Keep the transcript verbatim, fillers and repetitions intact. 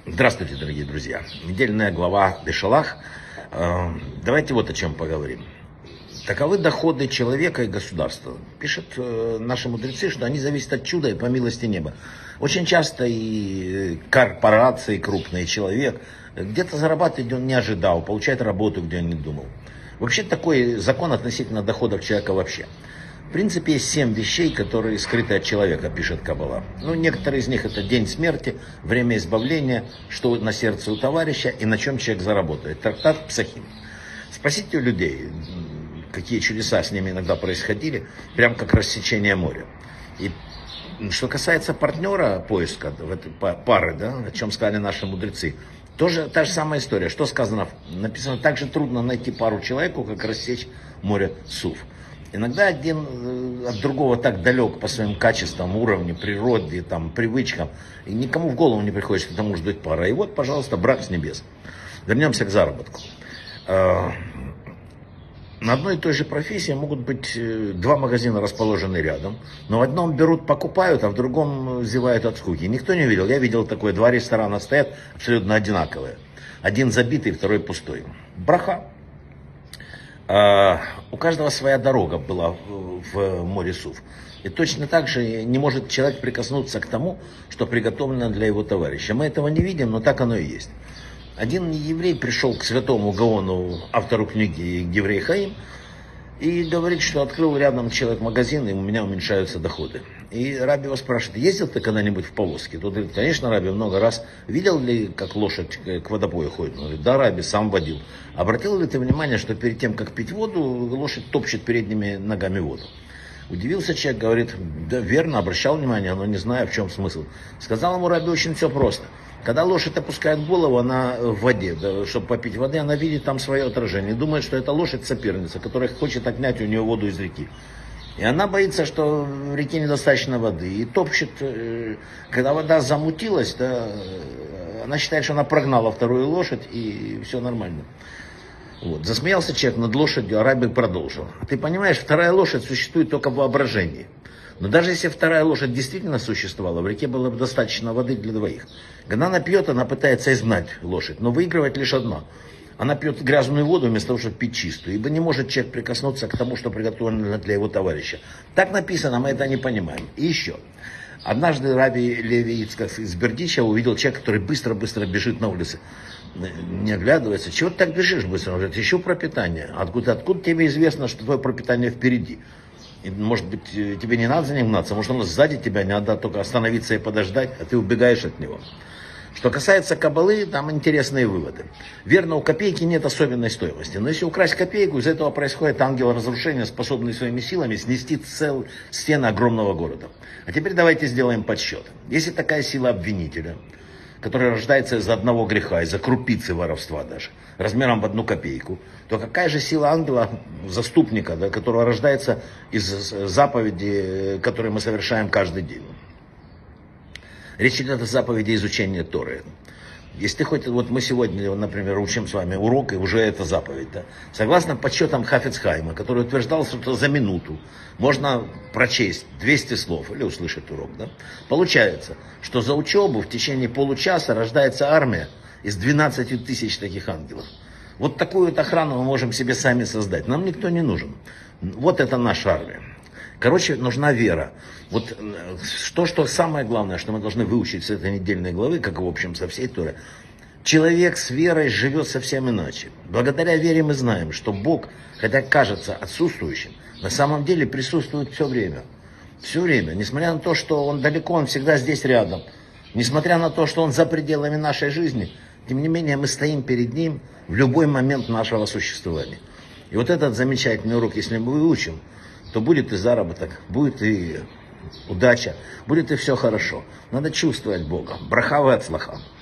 Здравствуйте, дорогие друзья. Недельная глава Бешалах. Давайте вот о чем поговорим. Таковы доходы человека и государства. Пишут наши мудрецы, что они зависят от чуда и по милости неба. Очень часто и корпорации крупные, человек где-то зарабатывает, где он не ожидал, получает работу, где он не думал. Вообще такой закон относительно доходов человека вообще. В принципе, есть семь вещей, которые скрыты от человека, пишет Каббала. Ну, некоторые из них это день смерти, время избавления, что на сердце у товарища и на чем человек заработает. Трактат Псахим. Спросите у людей, какие чудеса с ними иногда происходили, прям как рассечение моря. И что касается партнера поиска, в этой пары, да, о чем сказали наши мудрецы, тоже та же самая история. Что сказано? Написано, так же трудно найти пару человеку, как рассечь море Суф. Иногда один от другого так далек по своим качествам, уровню, природе, там, привычкам. И никому в голову не приходит, что это может быть пара. И вот, пожалуйста, брак с небес. Вернемся к заработку. На одной и той же профессии могут быть два магазина, расположены рядом. Но в одном берут, покупают, а в другом зевают от скуки. Никто не видел. Я видел такое. Два ресторана стоят абсолютно одинаковые. Один забитый, второй пустой. Браха. Uh, у каждого своя дорога была в, в море Суф. И точно так же не может человек прикоснуться к тому, что приготовлено для его товарища. Мы этого не видим, но так оно и есть. Один еврей пришел к святому Гаону, автору книги «Еврей Хаим», и говорит, что открыл рядом человек магазин, и у меня уменьшаются доходы. И Раби его спрашивает, ездил ты когда-нибудь в повозке? Тот говорит, конечно, Раби, много раз. Видел ли, как лошадь к водопою ходит? Он говорит, да, Раби, сам водил. Обратил ли ты внимание, что перед тем, как пить воду, лошадь топчет передними ногами воду? Удивился человек, говорит, да, верно, обращал внимание, но не знаю, в чем смысл. Сказал ему Раби очень все просто. Когда лошадь опускает голову, она в воде, да, чтобы попить воды, она видит там свое отражение. И думает, что это лошадь соперница, которая хочет отнять у нее воду из реки. И она боится, что в реке недостаточно воды. И топчет, когда вода замутилась, да, она считает, что она прогнала вторую лошадь, и все нормально. Вот. Засмеялся человек над лошадью, а Раби продолжил. Ты понимаешь, вторая лошадь существует только в воображении. Но даже если вторая лошадь действительно существовала, в реке было бы достаточно воды для двоих. Когда она пьет, она пытается изгнать лошадь, но выигрывает лишь одно. Она пьет грязную воду вместо того, чтобы пить чистую, ибо не может человек прикоснуться к тому, что приготовлено для его товарища. Так написано, мы это не понимаем. И еще. Однажды Раби Леви Ицхак из Бердичева увидел человека, который быстро-быстро бежит на улице. Не оглядывается. Чего ты так бежишь быстро? Он говорит, ищу пропитание. Откуда, откуда тебе известно, что твое пропитание впереди? И, может быть, тебе не надо за ним гнаться, может, он сзади тебя, не надо только остановиться и подождать, а ты убегаешь от него. Что касается каббалы, там интересные выводы. Верно, у копейки нет особенной стоимости, но если украсть копейку, из этого происходит ангел разрушения, способный своими силами снести целые стены огромного города. А теперь давайте сделаем подсчет. Если такая сила обвинителя, который рождается из одного греха, из-за крупицы воровства даже, размером в одну копейку, то какая же сила ангела, заступника, да, которого рождается из заповеди, которые мы совершаем каждый день? Речь идет о заповеди изучения Торы. Если ты хоть, вот мы сегодня, например, учим с вами урок, и уже это заповедь, да? Согласно подсчетам Хафец Хаима, который утверждал, что за минуту можно прочесть двести слов или услышать урок, да? Получается, что за учебу в течение получаса рождается армия из двенадцати тысяч таких ангелов. Вот такую вот охрану мы можем себе сами создать. Нам никто не нужен. Вот это наша армия. Короче, нужна вера. Вот то, что самое главное, что мы должны выучить с этой недельной главы, как в общем со всей Торы. Человек с верой живет совсем иначе. Благодаря вере мы знаем, что Бог, хотя кажется отсутствующим, на самом деле присутствует все время. Все время. Несмотря на то, что Он далеко, Он всегда здесь рядом. Несмотря на то, что Он за пределами нашей жизни, тем не менее мы стоим перед Ним в любой момент нашего существования. И вот этот замечательный урок, если мы выучим, то будет и заработок, будет и удача, будет и все хорошо. Надо чувствовать Бога. Браха ве ацлаха.